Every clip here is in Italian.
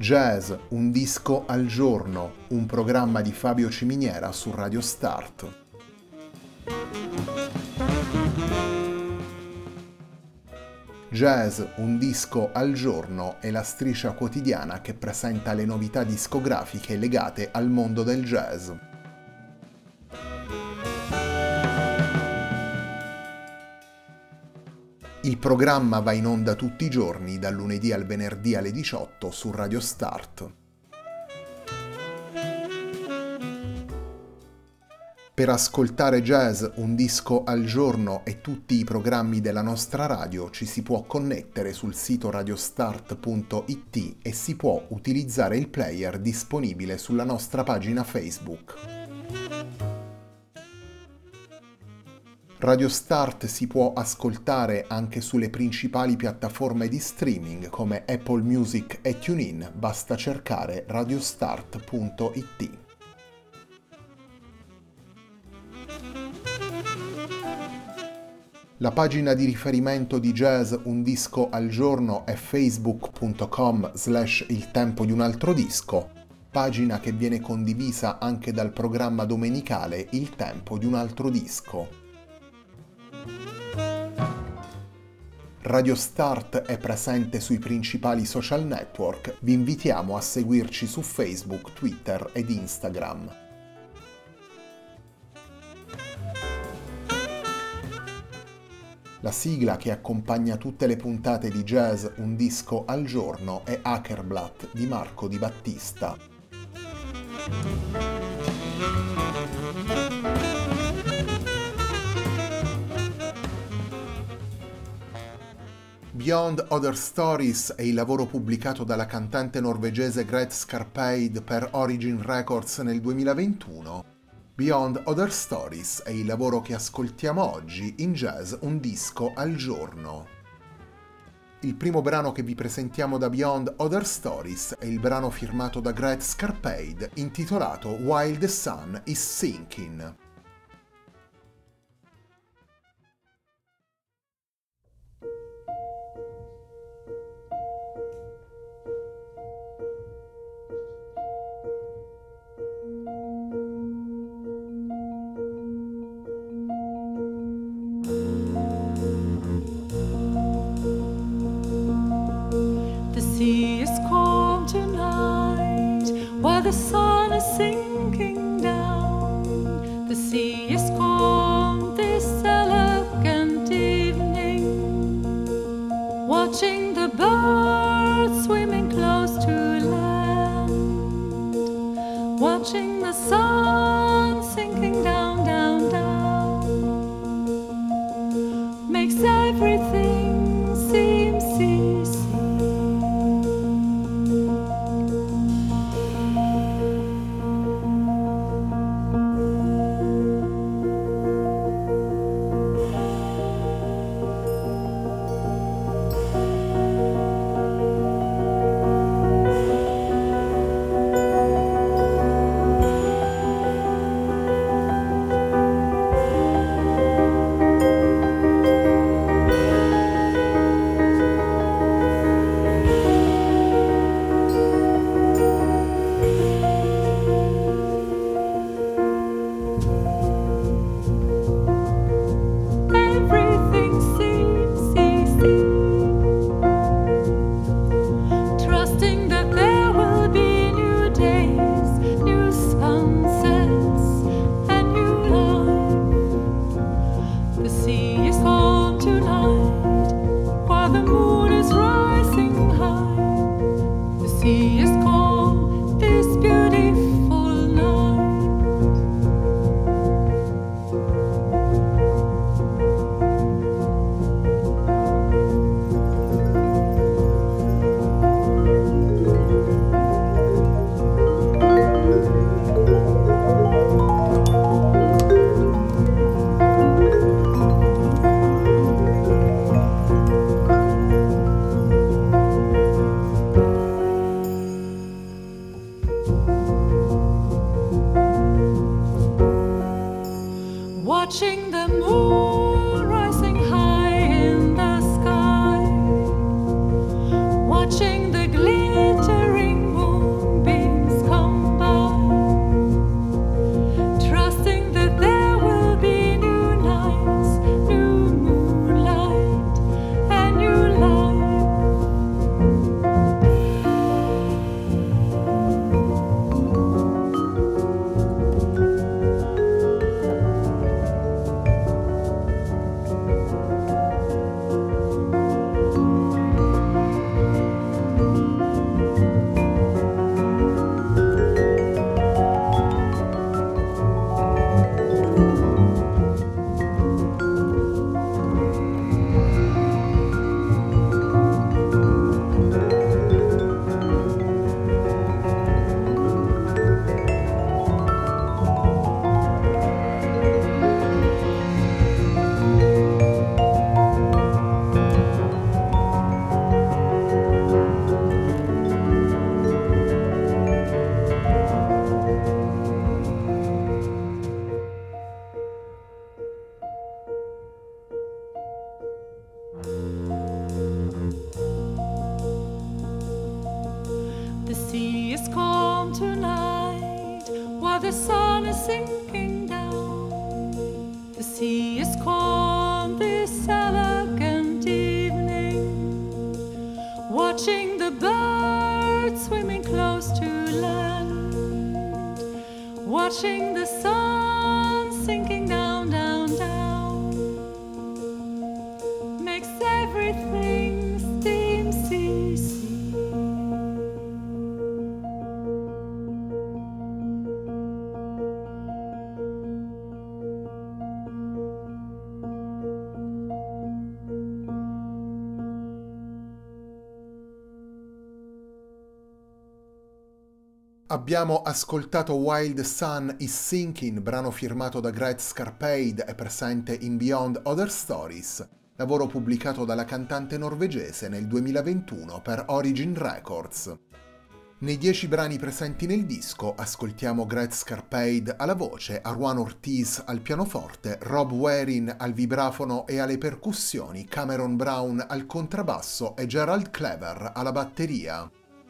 Jazz, un disco al giorno, un programma di Fabio Ciminiera su Radio Start. Jazz, un disco al giorno è la striscia quotidiana che presenta le novità discografiche legate al mondo del jazz. Il programma va in onda tutti i giorni, dal lunedì al venerdì alle 18 su Radio Start. Per ascoltare Jazz, un disco al giorno e tutti i programmi della nostra radio ci si può connettere sul sito radiostart.it e si può utilizzare il player disponibile sulla nostra pagina Facebook. Radio Start si può ascoltare anche sulle principali piattaforme di streaming come Apple Music e TuneIn, basta cercare radiostart.it. La pagina di riferimento di Jazz Un Disco al Giorno è facebook.com/il tempo di un altro disco, pagina che viene condivisa anche dal programma domenicale Il tempo di un altro disco. Radio Start è presente sui principali social network, vi invitiamo a seguirci su Facebook, Twitter ed Instagram. La sigla che accompagna tutte le puntate di Jazz Un Disco al Giorno è Hackerblatt di Marco Di Battista. Beyond Other Stories è il lavoro pubblicato dalla cantante norvegese Grete Skarpeid per Origin Records nel 2021. Beyond Other Stories è il lavoro che ascoltiamo oggi in Jazz Un Disco al Giorno. Il primo brano che vi presentiamo da Beyond Other Stories è il brano firmato da Grete Skarpeid intitolato While the Sun is Sinking. While the sun is sinking down, the sea is calm this elegant evening, watching the birds swimming close to land, watching the sun sinking down, down, down, makes everything seem easy. watching the sun sinking down, down, down, makes everything seem sea, sea. Abbiamo ascoltato Wild Sun is Sinking, brano firmato da Grete Scarpaid e presente in Beyond Other Stories, lavoro pubblicato dalla cantante norvegese nel 2021 per Origin Records. Nei 10 brani presenti nel disco ascoltiamo Grete Scarpaid alla voce, Arwan Ortiz al pianoforte, Rob Waring al vibrafono e alle percussioni, Cameron Brown al contrabbasso e Gerald Clever alla batteria.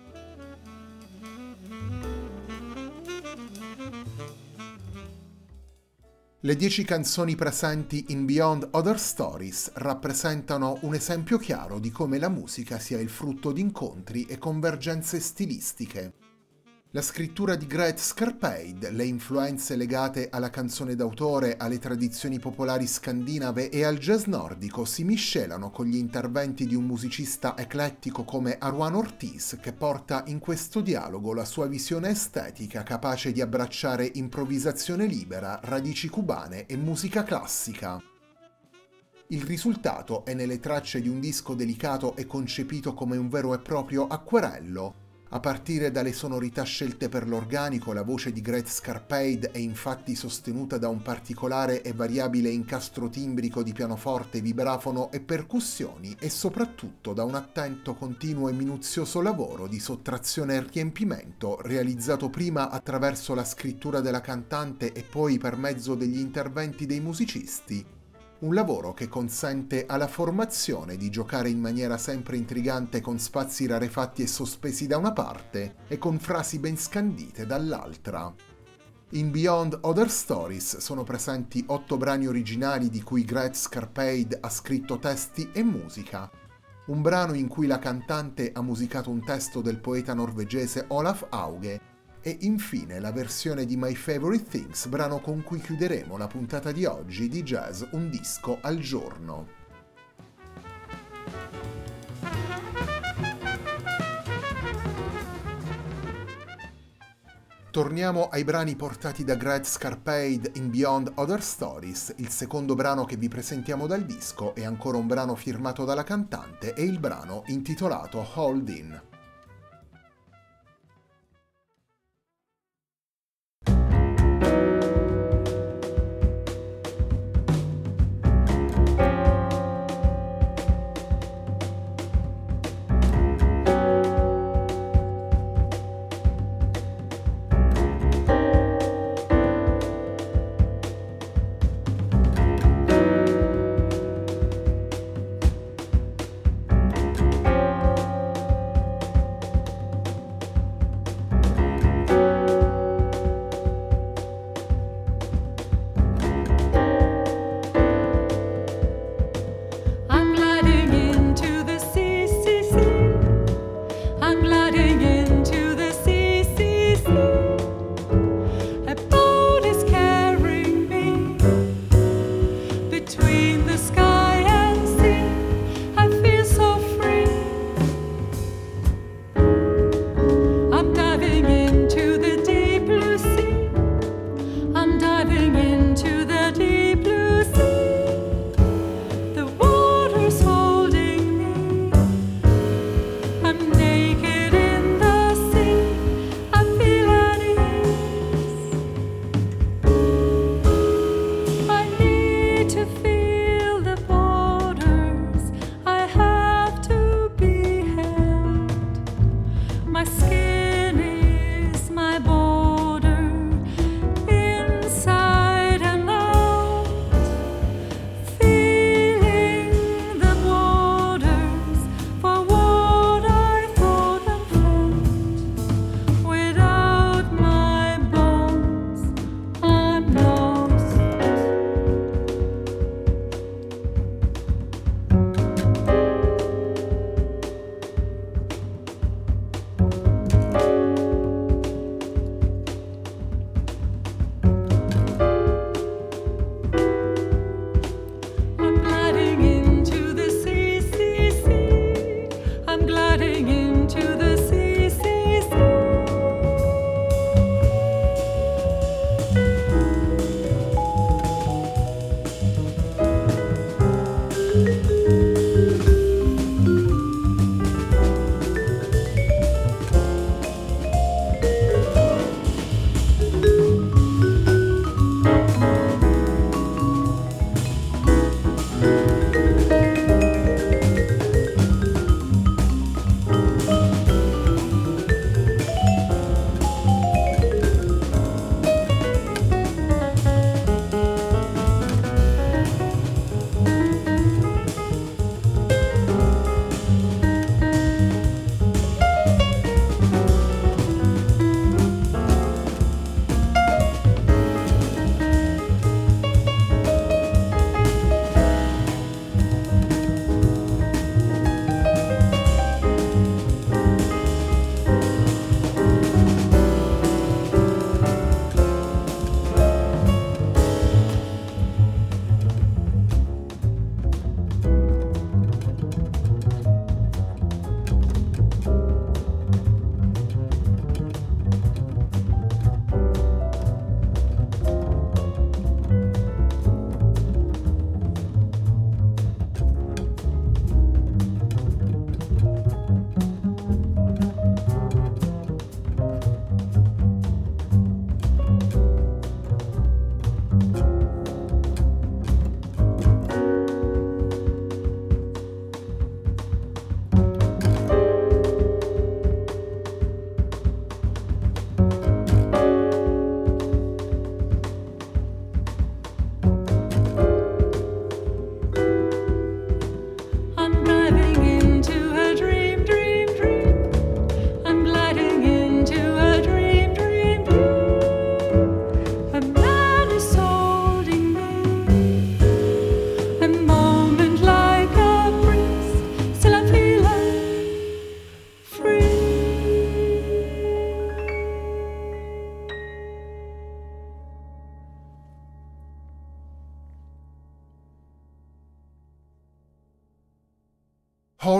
Le 10 canzoni presenti in Beyond Other Stories rappresentano un esempio chiaro di come la musica sia il frutto di incontri e convergenze stilistiche. La scrittura di Grete Scarpaid, le influenze legate alla canzone d'autore, alle tradizioni popolari scandinave e al jazz nordico si miscelano con gli interventi di un musicista eclettico come Arwan Ortiz, che porta in questo dialogo la sua visione estetica capace di abbracciare improvvisazione libera, radici cubane e musica classica. Il risultato è nelle tracce di un disco delicato e concepito come un vero e proprio acquerello. A partire dalle sonorità scelte per l'organico, la voce di Grete Scarpaid è infatti sostenuta da un particolare e variabile incastro timbrico di pianoforte, vibrafono e percussioni e soprattutto da un attento, continuo e minuzioso lavoro di sottrazione e riempimento realizzato prima attraverso la scrittura della cantante e poi per mezzo degli interventi dei musicisti. Un lavoro che consente alla formazione di giocare in maniera sempre intrigante con spazi rarefatti e sospesi da una parte e con frasi ben scandite dall'altra. In Beyond Other Stories sono presenti 8 brani originali di cui Grete Scarpaid ha scritto testi e musica. Un brano in cui la cantante ha musicato un testo del poeta norvegese Olaf Hauge, e infine la versione di My Favorite Things, brano con cui chiuderemo la puntata di oggi di Jazz Un Disco al Giorno. Torniamo ai brani portati da Grete Scarpaid in Beyond Other Stories. Il secondo brano che vi presentiamo dal disco è ancora un brano firmato dalla cantante e il brano intitolato Hold In.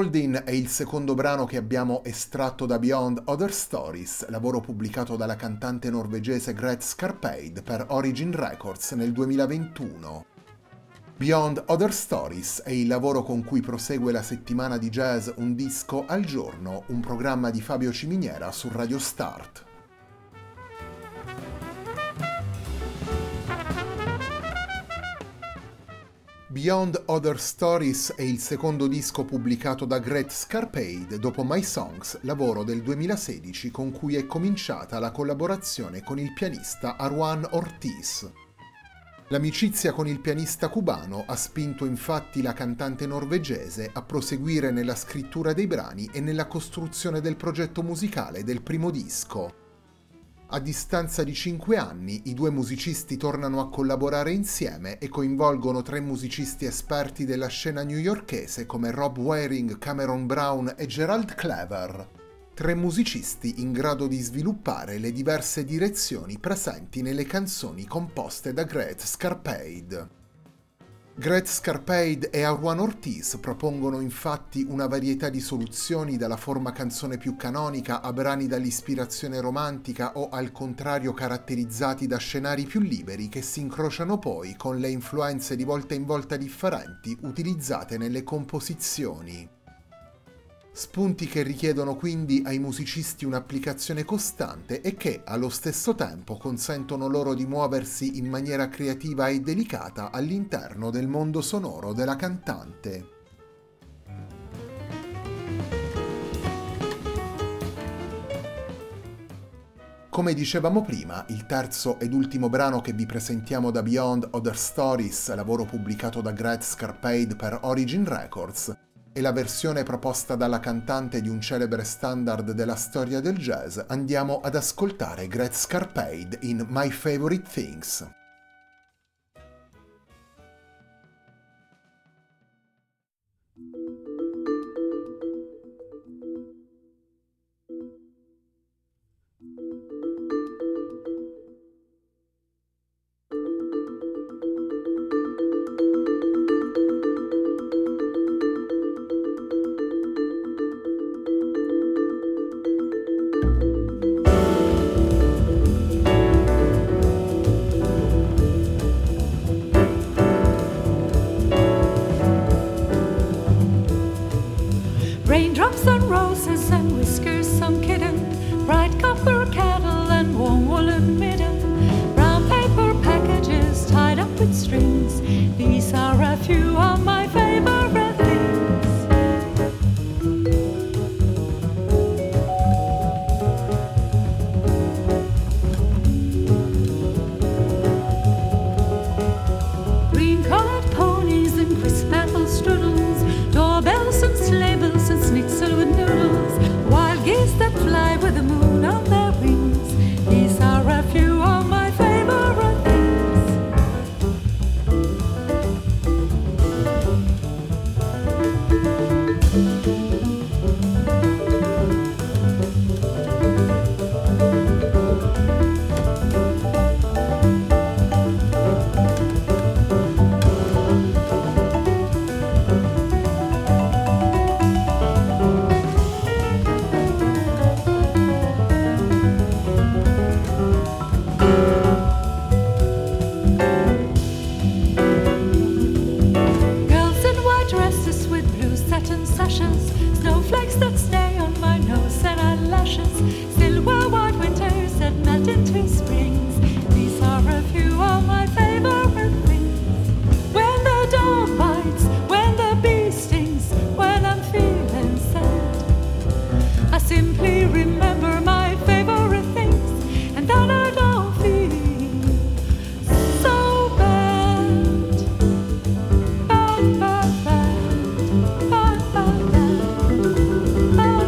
Holding è il secondo brano che abbiamo estratto da Beyond Other Stories, lavoro pubblicato dalla cantante norvegese Grete Skarpeid per Origin Records nel 2021. Beyond Other Stories è il lavoro con cui prosegue la settimana di jazz Un disco al giorno, un programma di Fabio Ciminiera su Radio Start. Beyond Other Stories è il secondo disco pubblicato da Grete Skarpeid dopo My Songs, lavoro del 2016 con cui è cominciata la collaborazione con il pianista Arwan Ortiz. L'amicizia con il pianista cubano ha spinto infatti la cantante norvegese a proseguire nella scrittura dei brani e nella costruzione del progetto musicale del primo disco. A distanza di 5 anni, i due musicisti tornano a collaborare insieme e coinvolgono 3 musicisti esperti della scena newyorkese come Rob Waring, Cameron Brown e Gerald Clever. 3 musicisti in grado di sviluppare le diverse direzioni presenti nelle canzoni composte da Grete Skarpeid. Grete Skarpeid e Arwan Ortiz propongono infatti una varietà di soluzioni dalla forma canzone più canonica a brani dall'ispirazione romantica o al contrario caratterizzati da scenari più liberi che si incrociano poi con le influenze di volta in volta differenti utilizzate nelle composizioni. Spunti che richiedono quindi ai musicisti un'applicazione costante e che, allo stesso tempo, consentono loro di muoversi in maniera creativa e delicata all'interno del mondo sonoro della cantante. Come dicevamo prima, il terzo ed ultimo brano che vi presentiamo da Beyond Other Stories, lavoro pubblicato da Grete Skarpeid per Origin Records, è la versione proposta dalla cantante di un celebre standard della storia del jazz. Andiamo ad ascoltare Grete Skarpeid in My Favorite Things. Raindrops on roses and whiskers some kitten, bright copper kettle and warm woolen midden, brown paper packages tied up with strings. These are a few of my favorite things. Green-colored ponies and crisp apple strudels, doorbells and sleigh bells and schnitzel with noodles, wild geese that fly with the moon on their wings. These are a few of my favorite things. Girls in white dresses with blue satin sashes, snowflakes that stay on my nose and eyelashes, silver white winters that melt into springs. These are a few of my favorite things. When the dog bites, when the bee stings, when I'm feeling sad, I simply remember my favorite things, and then I don't feel so bad. Bad, bad, bad, bad, bad, bad.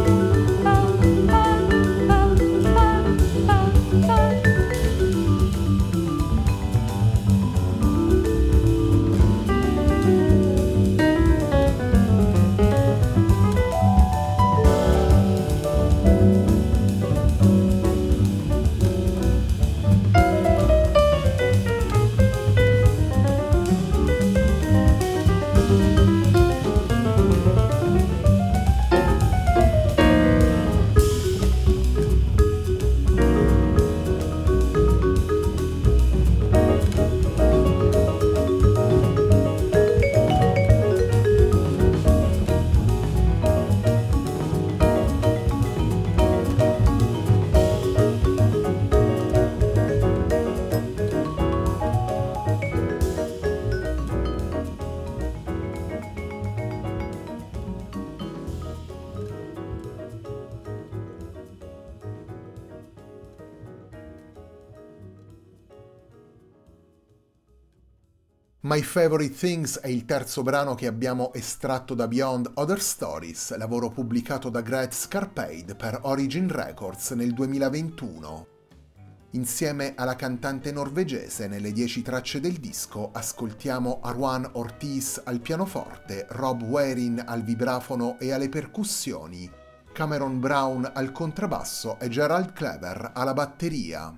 My Favorite Things è il terzo brano che abbiamo estratto da Beyond Other Stories, lavoro pubblicato da Grete Scarpaid per Origin Records nel 2021. Insieme alla cantante norvegese, nelle 10 tracce del disco ascoltiamo Arwan Ortiz al pianoforte, Rob Waring al vibrafono e alle percussioni, Cameron Brown al contrabbasso e Gerald Clever alla batteria.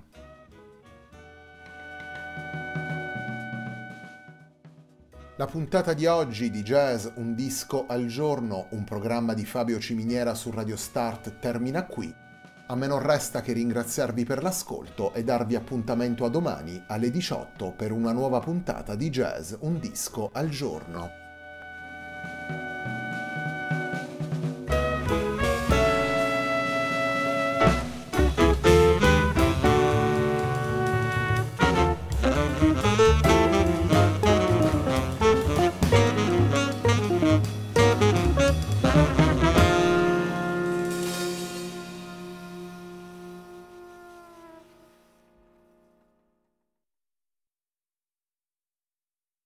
La puntata di oggi di Jazz Un disco al giorno, un programma di Fabio Ciminiera su Radio Start, termina qui. A me non resta che ringraziarvi per l'ascolto e darvi appuntamento a domani alle 18 per una nuova puntata di Jazz Un disco al giorno.